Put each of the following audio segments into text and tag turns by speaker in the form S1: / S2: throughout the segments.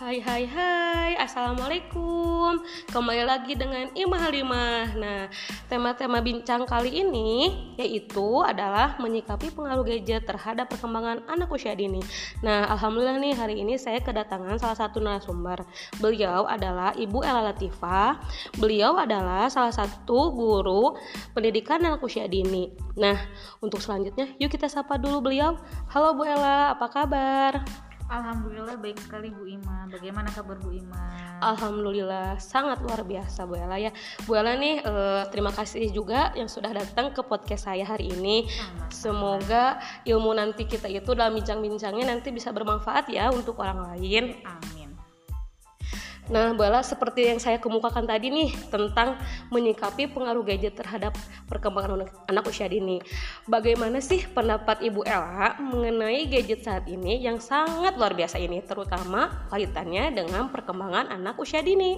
S1: Hai, Assalamualaikum. Kembali lagi dengan Imah Halimah. Nah, tema-tema bincang kali ini yaitu adalah menyikapi pengaruh gadget terhadap perkembangan anak usia dini. Nah, alhamdulillah nih hari ini saya kedatangan salah satu narasumber. Beliau adalah Ibu Ella Latifah. Beliau adalah salah satu guru pendidikan anak usia dini. Nah, untuk selanjutnya yuk kita sapa dulu beliau. Halo Bu Ella, apa kabar?
S2: Alhamdulillah baik sekali Bu Ima. Bagaimana kabar Bu Ima?
S1: Alhamdulillah sangat luar biasa Bu Ella ya. Bu Ella nih terima kasih juga yang sudah datang ke podcast saya hari ini. Semoga ilmu nanti kita itu dalam bincang-bincangnya nanti bisa bermanfaat ya untuk orang lain.
S2: Amin.
S1: Nah Bu Ella, seperti yang saya kemukakan tadi nih tentang menyikapi pengaruh gadget terhadap perkembangan anak usia dini. Bagaimana sih pendapat Ibu Ella mengenai gadget saat ini yang sangat luar biasa ini, terutama kaitannya dengan perkembangan anak usia dini?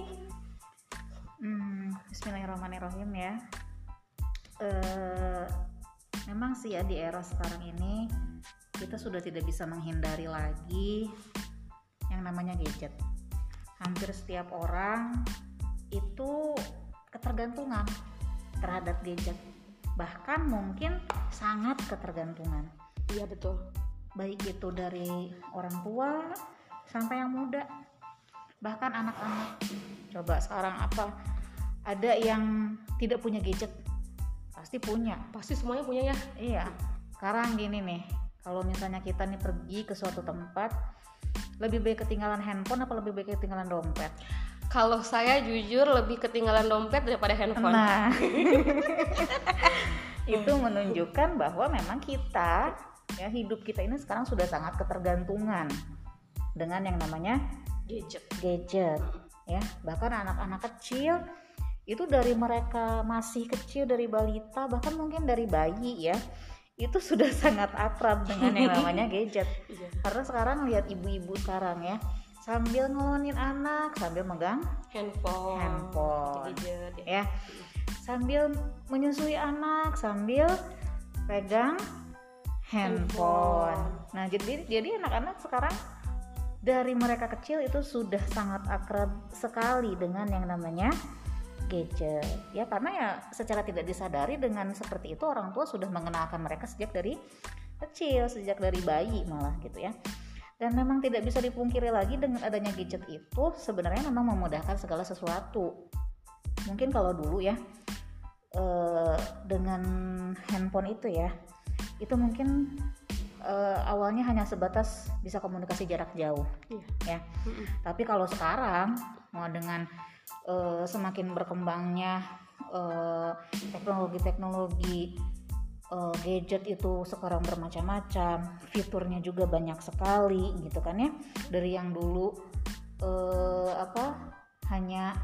S2: Bismillahirrahmanirrahim ya. Memang sih ya di era sekarang ini kita sudah tidak bisa menghindari lagi yang namanya gadget. Hampir setiap orang itu ketergantungan terhadap gadget, bahkan mungkin sangat ketergantungan.
S1: Iya betul.
S2: Baik itu dari orang tua sampai yang muda, bahkan anak-anak. Coba sekarang apa? Ada yang tidak punya gadget? Pasti punya.
S1: Pasti semuanya punya ya.
S2: Iya. Sekarang gini nih, kalau misalnya kita nih pergi ke suatu tempat, lebih baik ketinggalan handphone apa lebih baik ketinggalan dompet?
S1: Kalau saya jujur lebih ketinggalan dompet daripada handphone.
S2: Nah, itu menunjukkan bahwa memang kita ya hidup kita ini sekarang sudah sangat ketergantungan dengan yang namanya gadget ya. Bahkan anak-anak kecil itu dari mereka masih kecil, dari balita bahkan mungkin dari bayi ya, itu sudah sangat akrab dengan yang namanya gadget. Karena sekarang lihat ibu-ibu sekarang ya, sambil ngelonin anak sambil megang handphone gadget, ya. Sambil menyusui anak sambil pegang handphone. Nah, jadi anak-anak sekarang dari mereka kecil itu sudah sangat akrab sekali dengan yang namanya gadget ya, karena ya secara tidak disadari dengan seperti itu orang tua sudah mengenalkan mereka sejak dari kecil, sejak dari bayi malah gitu ya. Dan memang tidak bisa dipungkiri lagi dengan adanya gadget itu sebenarnya memang memudahkan segala sesuatu. Mungkin kalau dulu ya dengan handphone itu ya, itu mungkin awalnya hanya sebatas bisa komunikasi jarak jauh ya. Tapi kalau sekarang mau dengan semakin berkembangnya teknologi gadget itu sekarang bermacam-macam, fiturnya juga banyak sekali gitu kan ya. Dari yang dulu hanya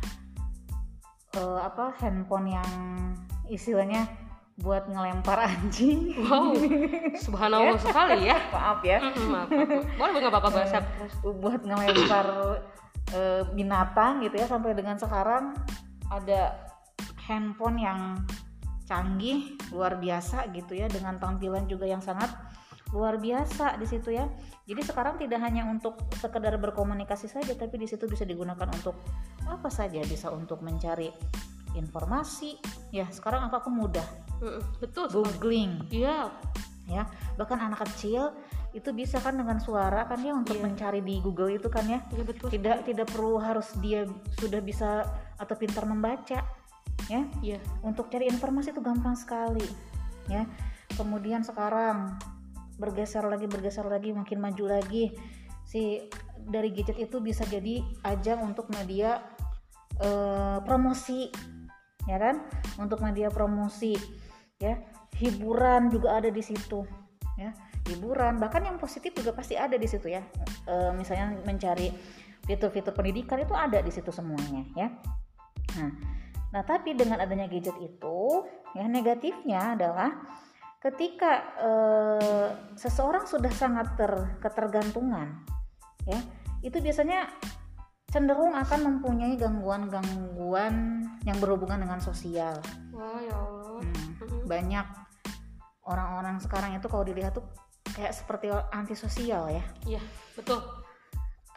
S2: handphone yang istilahnya buat ngelempar anjing.
S1: Wow, subhanallah sekali ya.
S2: Maaf ya.
S1: Maaf. Boleh nggak apa-apa bahasa?
S2: Buat ngelempar binatang gitu ya, sampai dengan sekarang ada handphone yang canggih luar biasa gitu ya, dengan tampilan juga yang sangat luar biasa di situ ya. Jadi sekarang tidak hanya untuk sekedar berkomunikasi saja, tapi di situ bisa digunakan untuk apa saja, bisa untuk mencari informasi ya. Sekarang apapun mudah.
S1: Betul.
S2: Googling.
S1: Iya.
S2: Ya, bahkan anak kecil itu bisa kan dengan suara kan ya untuk mencari di Google itu kan ya.
S1: Iya betul.
S2: Tidak perlu harus dia sudah bisa atau pintar membaca ya.
S1: Iya.
S2: Untuk cari informasi itu gampang sekali ya. Kemudian sekarang bergeser lagi makin maju lagi, dari gadget itu bisa jadi ajang untuk media promosi ya kan, untuk media promosi ya. Hiburan juga ada di situ ya, hiburan bahkan yang positif juga pasti ada di situ ya. Misalnya mencari fitur-fitur pendidikan itu ada di situ semuanya ya. Nah tapi dengan adanya gadget itu ya, negatifnya adalah ketika seseorang sudah sangat ketergantungan ya, itu biasanya cenderung akan mempunyai gangguan-gangguan yang berhubungan dengan sosial.
S1: Wah ya Allah.
S2: Banyak orang-orang sekarang itu kalau dilihat tuh kayak seperti antisosial ya.
S1: Iya betul.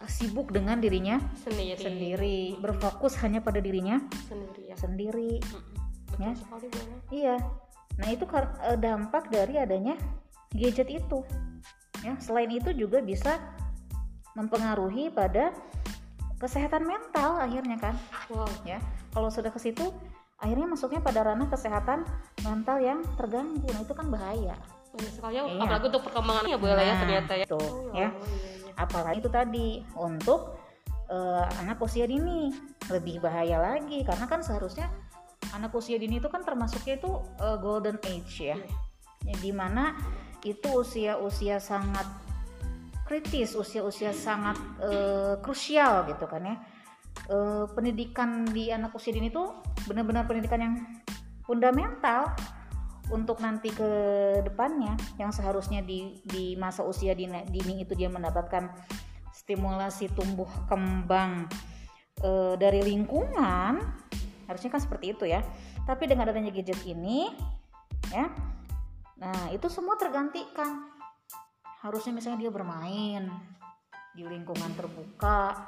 S2: sibuk dengan dirinya sendiri, berfokus hanya pada dirinya sendiri. Ya.
S1: Sekali, boleh.
S2: Iya. Nah, itu dampak dari adanya gadget itu. Ya, selain itu juga bisa mempengaruhi pada kesehatan mental akhirnya kan.
S1: Wow.
S2: Ya, kalau sudah ke situ akhirnya masuknya pada ranah kesehatan mental yang terganggu. Nah, itu kan bahaya.
S1: Banyak sekali ya, apalagi untuk perkembangan ya Bu Ella ya ternyata ya.
S2: Tuh, ya. Apalagi itu tadi untuk anak usia dini lebih bahaya lagi, karena kan seharusnya anak usia dini itu kan termasuknya itu golden age ya. Ya, dimana itu usia-usia sangat kritis, usia-usia sangat krusial gitu kan ya. Pendidikan di anak usia dini itu benar-benar pendidikan yang fundamental untuk nanti ke depannya, yang seharusnya di masa usia dini itu dia mendapatkan stimulasi tumbuh kembang dari lingkungan, harusnya kan seperti itu ya. Tapi dengan adanya gadget ini ya, nah itu semua tergantikan. Harusnya misalnya dia bermain di lingkungan terbuka,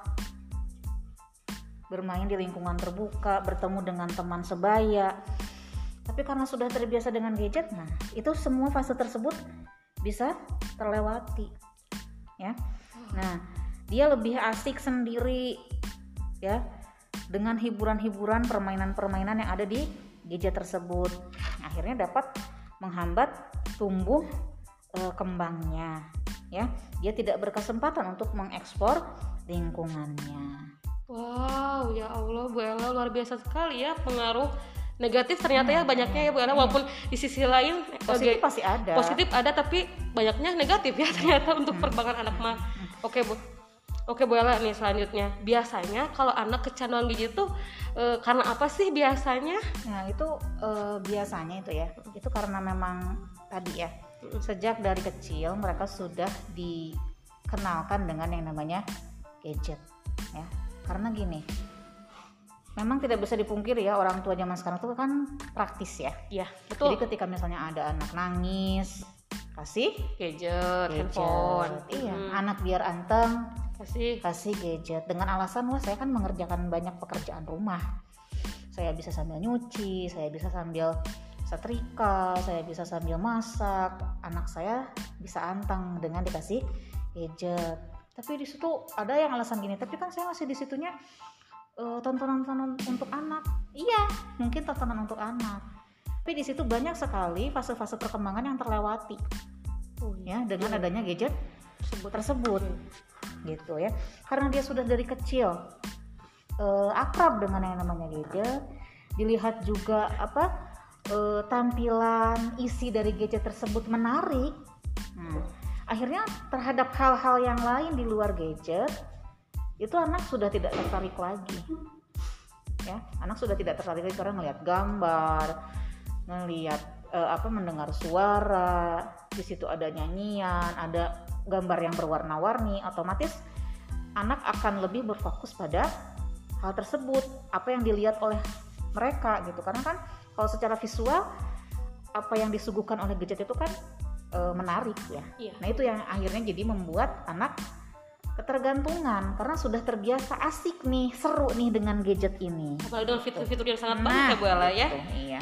S2: bertemu dengan teman sebaya. Tapi karena sudah terbiasa dengan gadget, nah itu semua fase tersebut bisa terlewati ya. Nah, dia lebih asik sendiri ya, dengan hiburan-hiburan, permainan-permainan yang ada di gadget tersebut. Akhirnya dapat menghambat tumbuh kembangnya ya. Dia tidak berkesempatan untuk mengekspor lingkungannya.
S1: Wow, ya Allah Bu Ella, luar biasa sekali ya pengaruh negatif ternyata ya banyaknya ya Bu Ella, walaupun di sisi lain
S2: positif pasti ada.
S1: Positif ada, tapi banyaknya negatif ya ternyata untuk perkembangan anak mah. Oke Bu Ella, nih selanjutnya. Biasanya kalau anak kecanduan gadget tuh karena apa sih biasanya?
S2: Nah, itu biasanya itu ya. Itu karena memang tadi ya, sejak dari kecil mereka sudah dikenalkan dengan yang namanya gadget ya. Karena gini, memang tidak bisa dipungkiri ya, orang tua zaman sekarang itu kan praktis ya.
S1: Iya, betul.
S2: Jadi ketika misalnya ada anak nangis, kasih
S1: gadget. Handphone.
S2: Iya, anak biar anteng,
S1: kasih
S2: gadget dengan alasan, wah saya kan mengerjakan banyak pekerjaan rumah. Saya bisa sambil nyuci, saya bisa sambil setrika, saya bisa sambil masak. Anak saya bisa anteng dengan dikasih gadget. Tapi di situ ada yang alasan gini, tapi kan saya masih di situnya tontonan untuk anak. Iya, mungkin tontonan untuk anak. Tapi di situ banyak sekali fase-fase perkembangan yang terlewati. Ya, dengan adanya gadget tersebut. Gitu ya. Karena dia sudah dari kecil akrab dengan yang namanya gadget, dilihat juga tampilan isi dari gadget tersebut menarik. Akhirnya terhadap hal-hal yang lain di luar gadget itu anak sudah tidak tertarik lagi ya. Anak sudah tidak tertarik lagi karena melihat gambar, melihat mendengar suara, di situ ada nyanyian, ada gambar yang berwarna-warni. Otomatis anak akan lebih berfokus pada hal tersebut, apa yang dilihat oleh mereka gitu. Karena kan kalau secara visual apa yang disuguhkan oleh gadget itu kan menarik ya. Iya. Nah, itu yang akhirnya jadi membuat anak ketergantungan karena sudah terbiasa asik nih, seru nih dengan gadget ini.
S1: Apalagi dengan fitur-fitur yang sangat banyak ya Bu Ella ya.
S2: Iya.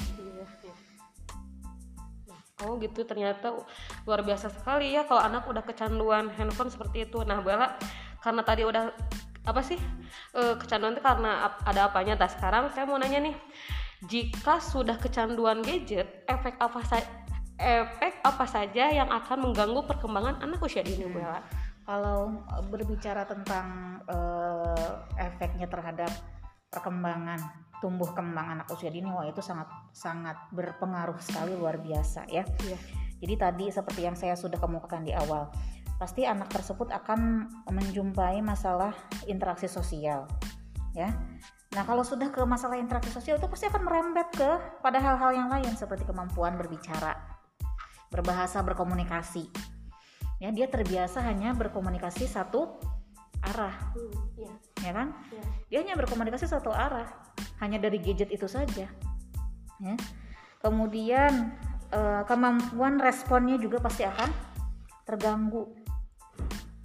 S1: Oh gitu, ternyata luar biasa sekali ya kalau anak udah kecanduan handphone seperti itu. Nah Bu Ella, karena tadi udah kecanduan itu karena ada apanya. Nah sekarang saya mau nanya nih, jika sudah kecanduan gadget, efek apa saja yang akan mengganggu perkembangan anak usia dini Bu Ella?
S2: Kalau berbicara tentang efeknya terhadap perkembangan tumbuh kembang anak usia dini, wah itu sangat berpengaruh sekali, luar biasa ya. Iya. Jadi tadi seperti yang saya sudah kemukakan di awal, pasti anak tersebut akan menjumpai masalah interaksi sosial ya. Nah, kalau sudah ke masalah interaksi sosial itu pasti akan merembet pada hal-hal yang lain seperti kemampuan berbicara, berbahasa, berkomunikasi. Ya, dia terbiasa hanya berkomunikasi satu arah. Ya kan? Ya. Dia hanya berkomunikasi satu arah, hanya dari gadget itu saja. Ya. Kemudian kemampuan responnya juga pasti akan terganggu.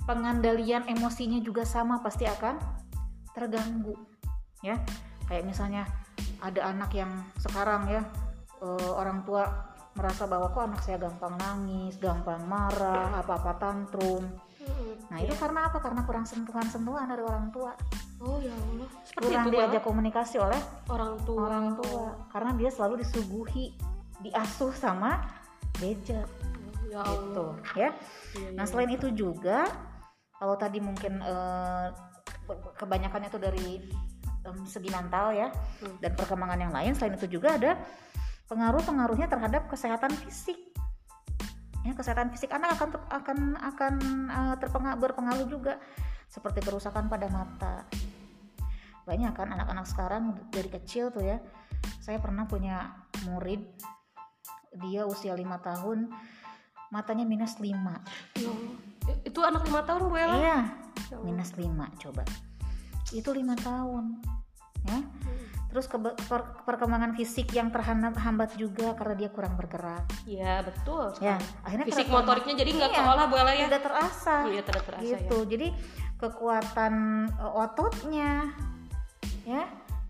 S2: Pengandalian emosinya juga sama, pasti akan terganggu ya. Kayak misalnya ada anak yang sekarang ya, orang tua merasa bahwa kok anak saya gampang nangis, gampang marah, apa-apa tantrum. Nah itu karena apa? Karena kurang sentuhan dari orang tua.
S1: Oh ya Allah,
S2: Kurang diajak komunikasi oleh
S1: orang tua.
S2: Karena dia selalu disuguhi, diasuh sama gadget.
S1: Ya
S2: Gitu
S1: Allah.
S2: ya.
S1: Iya,
S2: Nah selain itu juga, kalau tadi mungkin kebanyakan itu dari segi mental ya, dan perkembangan yang lain. Selain itu juga ada pengaruhnya terhadap kesehatan fisik. Ya, kesehatan fisik anak akan berpengaruh juga, seperti kerusakan pada mata. Banyak kan anak-anak sekarang dari kecil tuh ya. Saya pernah punya murid, dia usia 5 tahun, matanya -5.
S1: Ya Allah. Itu anak 5 tahun Bu Ella?
S2: Iya,
S1: Ya Allah.
S2: -5 coba. Itu 5 tahun ya. Terus perkembangan fisik yang terhambat juga karena dia kurang bergerak.
S1: Iya betul.
S2: Ya, akhirnya
S1: fisik motoriknya jadi nggak
S2: iya,
S1: keolah Bu Ella ya?
S2: tidak terasa.
S1: Iya tidak terasa
S2: Gitu.
S1: ya.
S2: Jadi kekuatan ototnya ya,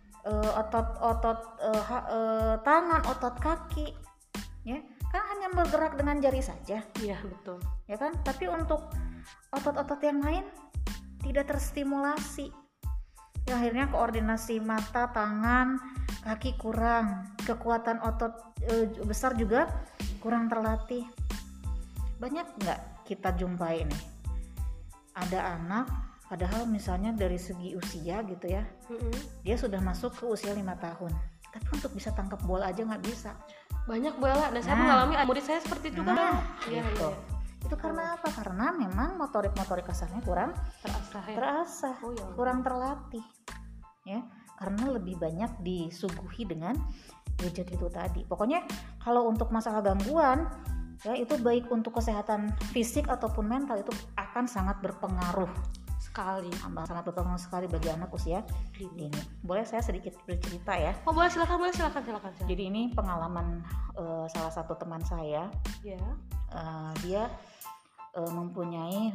S2: otot tangan, otot kaki ya, kan hanya bergerak dengan jari saja
S1: Iya betul.
S2: ya kan, tapi untuk otot-otot yang lain tidak terstimulasi ya, akhirnya koordinasi mata, tangan, kaki kurang, kekuatan otot besar juga kurang terlatih. Banyak nggak kita jumpai nih, ada anak padahal misalnya dari segi usia gitu ya, dia sudah masuk ke usia 5 tahun, tapi untuk bisa tangkap bola aja nggak bisa.
S1: Banyak Bu Ella, dan saya mengalami murid saya seperti itu kan. Iya,
S2: gitu.
S1: iya.
S2: Itu karena apa? Karena memang motorik kasarnya kurang
S1: Terasa ya.
S2: terasah,
S1: Oh, ya.
S2: kurang terlatih ya, karena lebih banyak disuguhi dengan gadget itu tadi. Pokoknya kalau untuk masalah gangguan ya, itu baik untuk kesehatan fisik ataupun mental, itu akan sangat berpengaruh sekali bagi anak usia dini. Boleh saya sedikit bercerita ya?
S1: Oh boleh, silakan.
S2: Jadi ini pengalaman salah satu teman saya.
S1: Ya.
S2: Dia mempunyai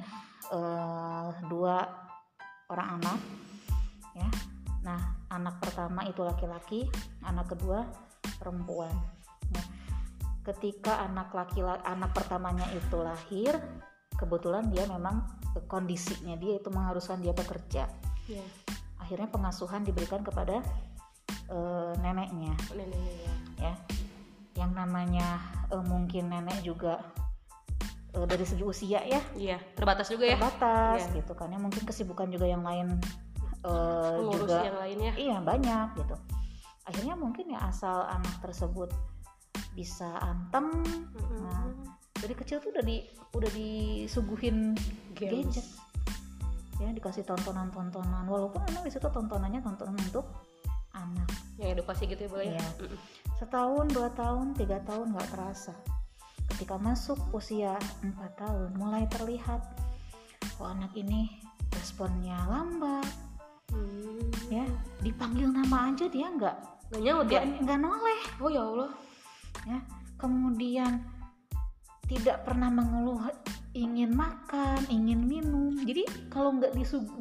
S2: 2 orang anak ya. Nah anak pertama itu laki-laki, anak kedua perempuan. Nah, ketika anak pertamanya itu lahir, kebetulan dia memang kondisinya dia itu mengharuskan dia bekerja.
S1: Ya.
S2: Akhirnya pengasuhan diberikan kepada neneknya ya. Yang namanya mungkin nenek juga dari segi usia ya,
S1: Iya, terbatas juga ya.
S2: terbatas
S1: Iya.
S2: gitu kan ya, mungkin kesibukan juga yang lain
S1: Pengurus
S2: juga
S1: yang lainnya.
S2: iya banyak gitu. Akhirnya mungkin ya asal anak tersebut bisa anteng. Nah, dari kecil tuh udah disuguhin gadget ya, dikasih tontonan, walaupun memang di situ tontonan untuk anak
S1: Yang edukasi gitu ya Bu ya.
S2: ya. Setahun, 2 tahun, 3 tahun nggak terasa. Ketika masuk usia 4 tahun mulai terlihat, anak ini responnya lambat ya, dipanggil nama aja dia nggak
S1: nyaut ya.
S2: nggak noleh.
S1: Oh ya Allah.
S2: Ya, kemudian tidak pernah mengeluh ingin makan, ingin minum. Jadi kalau nggak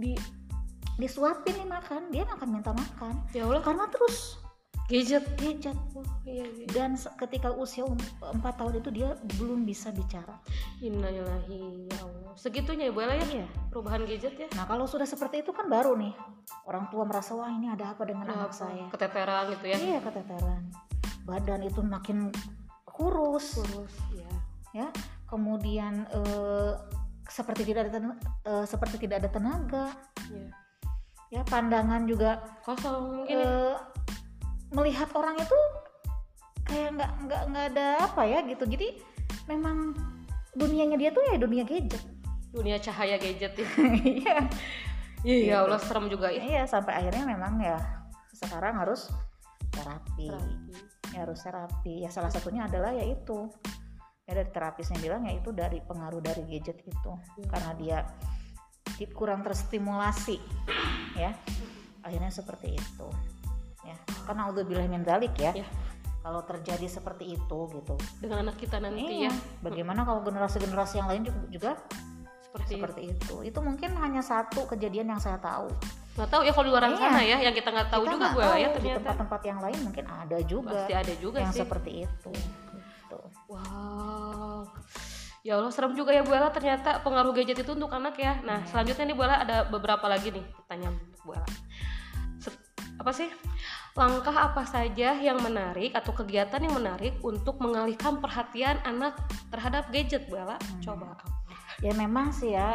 S2: disuapin nih makan, dia akan minta makan.
S1: Ya Allah,
S2: Karena terus
S1: gadget.
S2: Oh,
S1: Iya.
S2: dan ketika usia 4 tahun itu dia belum bisa bicara.
S1: Innalillahi ya Allah. Segitunya ya Bu Ella ya.
S2: Iya.
S1: Perubahan gadget ya.
S2: Nah kalau sudah seperti itu kan baru nih orang tua merasa, wah ini ada apa dengan anak saya.
S1: Keteteran gitu ya.
S2: Iya, keteteran. Badan itu makin kurus. Ya, kemudian seperti tidak ada tenaga.
S1: Iya.
S2: Ya, pandangan juga
S1: Kosong mungkin ya.
S2: melihat orang itu kayak nggak ada apa ya gitu. Jadi memang dunianya dia tuh ya dunia gadget.
S1: Dunia cahaya gadget ya.
S2: Iya.
S1: Ya Allah, serem juga ya.
S2: Iya, sampai akhirnya memang ya sekarang harus terapi. Ya, harus terapi. Ya salah satunya adalah yaitu ya dari terapisnya bilang yaitu dari pengaruh dari gadget itu. Karena dia kurang terstimulasi ya. Akhirnya seperti itu. Ya, karena naudzubillah min dzalik ya. Kalau terjadi seperti itu gitu
S1: dengan anak kita nanti ya.
S2: Bagaimana kalau generasi yang lain juga seperti itu. Itu mungkin hanya satu kejadian yang saya tahu.
S1: Nggak tahu ya kalau di luar sana ya, yang kita nggak tahu
S2: Kita
S1: juga
S2: nggak
S1: Bu Ella ya
S2: tahu, di
S1: ternyata.
S2: tempat-tempat yang lain mungkin ada juga.
S1: Pasti ada juga
S2: yang
S1: sih.
S2: seperti itu. Gitu.
S1: Wow. Ya Allah, serem juga ya Bu Ella ternyata pengaruh gadget itu untuk anak ya. Nah, selanjutnya nih Bu Ella ada beberapa lagi nih pertanyaan untuk Bu Ella. Apa sih? Langkah apa saja yang menarik atau kegiatan yang menarik untuk mengalihkan perhatian anak terhadap gadget Bu Ella? Coba.
S2: Ya memang sih ya,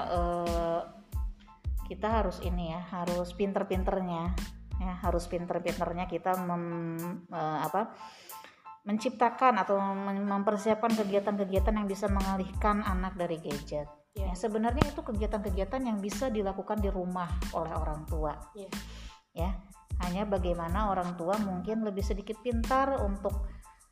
S2: kita harus ini ya, harus pinter-pinternya ya, harus pinter-pinternya kita menciptakan atau mempersiapkan kegiatan-kegiatan yang bisa mengalihkan anak dari gadget. Ya, sebenarnya itu kegiatan-kegiatan yang bisa dilakukan di rumah oleh orang tua. Ya, hanya bagaimana orang tua mungkin lebih sedikit pintar untuk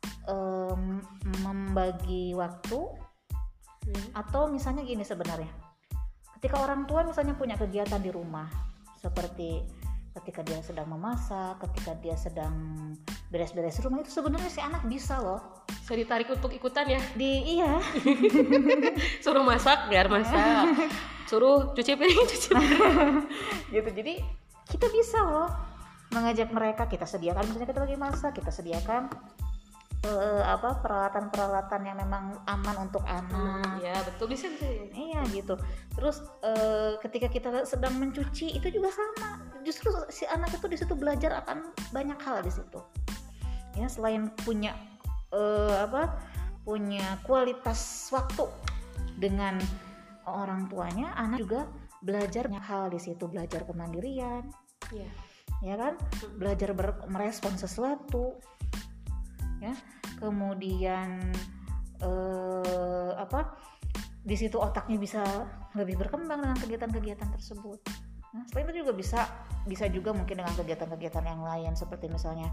S2: membagi waktu. Atau misalnya gini sebenarnya, ketika orang tua misalnya punya kegiatan di rumah, seperti ketika dia sedang memasak, ketika dia sedang beres-beres rumah, itu sebenarnya si anak bisa loh.
S1: Bisa ditarik untuk ikutan ya?
S2: Iya.
S1: Suruh masak, biar masak. Suruh cuci piring,
S2: Gitu. Jadi kita bisa loh mengajak mereka, kita sediakan misalnya kita lagi masak, kita sediakan peralatan-peralatan yang memang aman untuk anak.
S1: Ya betul, bisa.
S2: Iya gitu. Terus ketika kita sedang mencuci itu juga sama. Justru si anak itu di situ belajar akan banyak hal di situ. Ya, selain punya punya kualitas waktu dengan orang tuanya, anak juga belajar banyak hal di situ, belajar kemandirian.
S1: Iya.
S2: Ya kan? Belajar merespon sesuatu. Ya, kemudian di situ otaknya bisa lebih berkembang dengan kegiatan-kegiatan tersebut. Nah, selain itu juga bisa juga mungkin dengan kegiatan-kegiatan yang lain seperti misalnya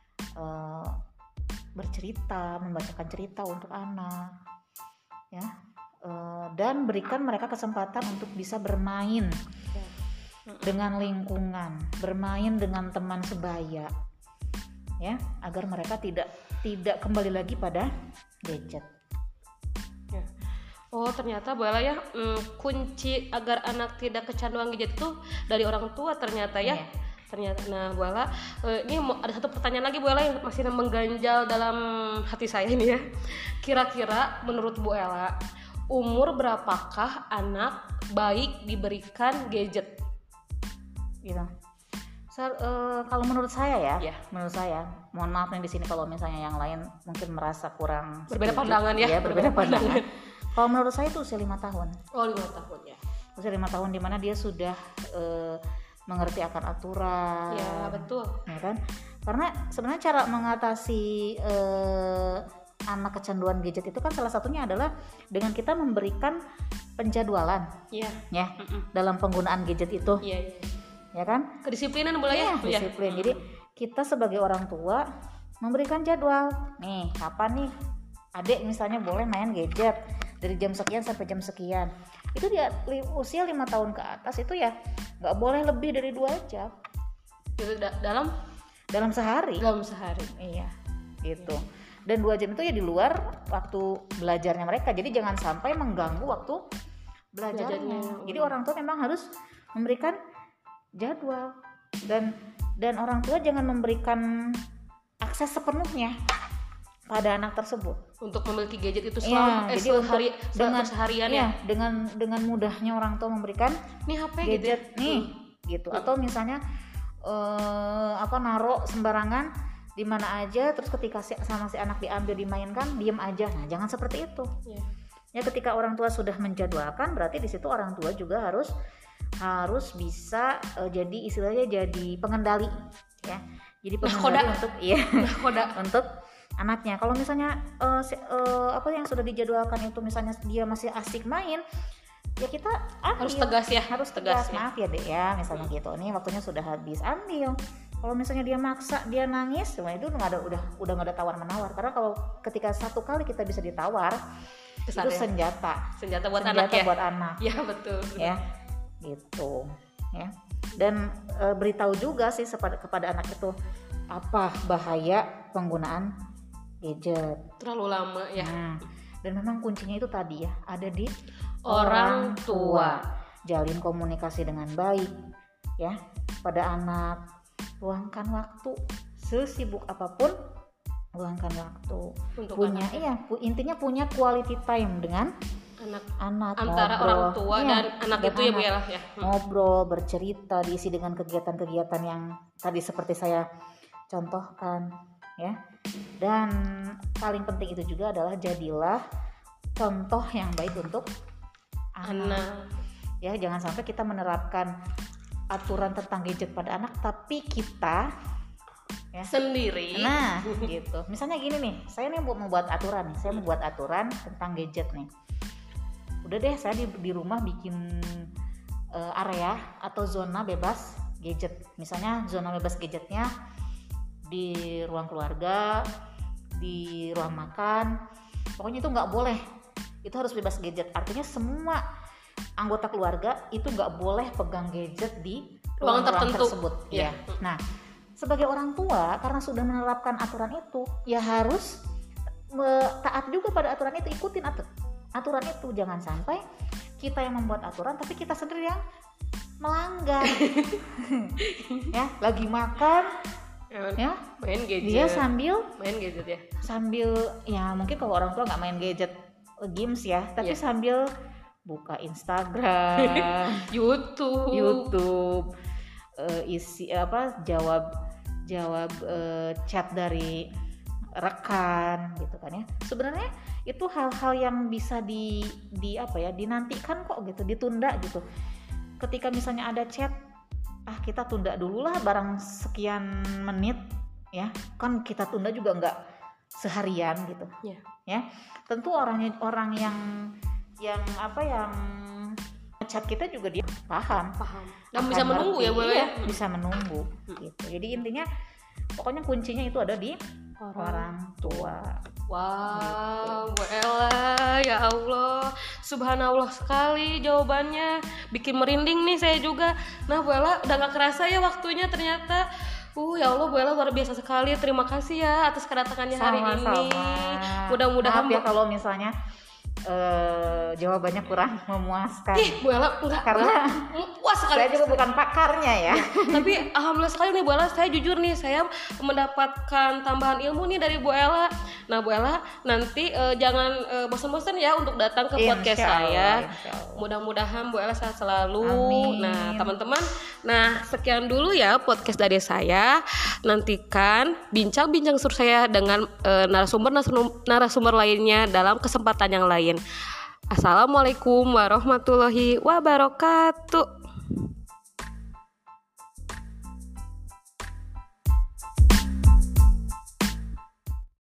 S2: bercerita, membacakan cerita untuk anak, ya, dan berikan mereka kesempatan untuk bisa bermain dengan lingkungan, bermain dengan teman sebaya, ya, agar mereka tidak kembali lagi pada gadget.
S1: Ya. Oh, ternyata Bu Ella ya, kunci agar anak tidak kecanduan gadget itu dari orang tua ternyata ya.
S2: Iya.
S1: Ternyata. Nah, Bu Ella, ini ada satu pertanyaan lagi Bu Ella yang masih mengganjal dalam hati saya ini ya. Kira-kira menurut Bu Ella, umur berapakah anak baik diberikan gadget?
S2: Gitu. Kalau menurut saya
S1: Ya.
S2: menurut saya, mohon maaf nih di sini kalau misalnya yang lain mungkin merasa kurang
S1: Berbeda
S2: setuju.
S1: pandangan ya.
S2: Ya, berbeda pandangan. Kalau menurut saya itu usia 5 tahun.
S1: Oh, 5 tahun ya.
S2: Usia 5 tahun di mana dia sudah mengerti akan aturan.
S1: Ya, betul.
S2: Ya kan? Karena sebenarnya cara mengatasi anak kecanduan gadget itu kan salah satunya adalah dengan kita memberikan penjadwalan.
S1: Iya.
S2: Ya, dalam penggunaan gadget itu.
S1: Iya.
S2: Ya kan?
S1: Kedisiplinan boleh ya?
S2: Disiplin. Jadi kita sebagai orang tua memberikan jadwal. Nih, kapan nih adik misalnya boleh main gadget dari jam sekian sampai jam sekian. Itu dia usia 5 tahun ke atas itu ya nggak boleh lebih dari 2 jam.
S1: Itu
S2: Dalam sehari. Iya, gitu. Dan 2 jam itu ya di luar waktu belajarnya mereka. Jadi jangan sampai mengganggu waktu belajarnya. Jadi orang tua memang harus memberikan jadwal dan orang tua jangan memberikan akses sepenuhnya pada anak tersebut
S1: untuk memiliki gadget itu selama seharian ya.
S2: Dengan mudahnya orang tua memberikan
S1: nih HP
S2: gadget gitu. Atau misalnya naruh sembarangan di mana aja, terus ketika sama si anak diambil dimainkan diem aja. Nah, jangan seperti itu. Ya, ketika orang tua sudah menjadwalkan, berarti di situ orang tua juga harus bisa jadi istilahnya jadi pengendali ya. Jadi pengendali untuk anaknya. Kalau misalnya apa yang sudah dijadwalkan itu misalnya dia masih asik main, ya kita ambil.
S1: Harus tegas ya.
S2: Maaf ya Dek ya, misalnya gitu. Ini waktunya sudah habis, ambil. Kalau misalnya dia maksa, dia nangis, itu udah nggak ada tawar menawar. Karena kalau ketika satu kali kita bisa ditawar, itu senjata
S1: buat anak ya.
S2: Buat anak.
S1: Ya betul.
S2: Ya, gitu. Ya. Dan beritahu juga sih kepada anak itu apa bahaya penggunaan gadget.
S1: Terlalu lama ya.
S2: Nah, Dan memang kuncinya itu tadi ya, ada di
S1: Orang tua.
S2: Jalin komunikasi dengan baik ya pada anak, luangkan waktu sesibuk apapun, luangkan waktu
S1: Untuk
S2: punya intinya punya quality time dengan anak
S1: antara
S2: ngobrol.
S1: orang tua
S2: Iya,
S1: dan anak
S2: dan
S1: itu ya Bu ya.
S2: ngobrol, bercerita, diisi dengan kegiatan-kegiatan yang tadi seperti saya contohkan ya. Dan paling penting itu juga adalah jadilah contoh yang baik untuk anak. Ya, jangan sampai kita menerapkan aturan tentang gadget pada anak tapi kita ya
S1: sendiri.
S2: Nah, gitu. Misalnya gini nih, saya nih mau buat aturan nih, saya mau buat aturan tentang gadget nih. Udah deh, saya di rumah bikin area atau zona bebas gadget. Misalnya zona bebas gadgetnya di ruang keluarga, di ruang makan. Pokoknya itu nggak boleh. Itu harus bebas gadget. Artinya semua anggota keluarga itu nggak boleh pegang gadget di ruang-ruang tersebut.
S1: Ya.
S2: Nah, sebagai orang tua karena sudah menerapkan aturan itu, ya harus taat juga pada aturan itu, ikutin aturan itu. Jangan sampai kita yang membuat aturan tapi kita sendiri yang melanggar. Ya, lagi makan ya
S1: main gadget.
S2: Dia sambil
S1: main gadget ya.
S2: Sambil ya mungkin kalau orang tua nggak main gadget games ya, tapi sambil buka Instagram, YouTube, isi jawab chat dari rekan gitu kan ya. Sebenarnya itu hal-hal yang bisa dinantikan kok gitu, ditunda gitu. Ketika misalnya ada chat, kita tunda dulu lah barang sekian menit ya. Kan kita tunda juga nggak seharian gitu. Ya. Tentu orang yang chat kita juga dia paham
S1: dan bisa menunggu ya boleh ya,
S2: bisa menunggu gitu. Jadi intinya pokoknya kuncinya itu ada di orang tua.
S1: Wow, Bu Ella, ya Allah, subhanallah sekali jawabannya, bikin merinding nih saya juga. Nah Bu Ella, udah gak kerasa ya waktunya ternyata. Ya Allah, Bu Ella luar biasa sekali. Terima kasih ya atas kedatangannya hari ini. Mudah-mudahan
S2: ya kalau misalnya jawabannya kurang memuaskan.
S1: Bu Ella enggak,
S2: karena
S1: puas sekali.
S2: Saya juga bukan pakarnya ya.
S1: Tapi alhamdulillah sekali nih Bu Ella, saya jujur nih, saya mendapatkan tambahan ilmu nih dari Bu Ella. Nah Bu Ella, nanti jangan bosan-bosan ya untuk datang ke podcast saya. Mudah-mudahan Bu Ella sehat selalu.
S2: Amin.
S1: Nah teman-teman, sekian dulu ya podcast dari saya. Nantikan bincang-bincang seru saya dengan narasumber lainnya dalam kesempatan yang lain. Assalamualaikum warahmatullahi wabarakatuh.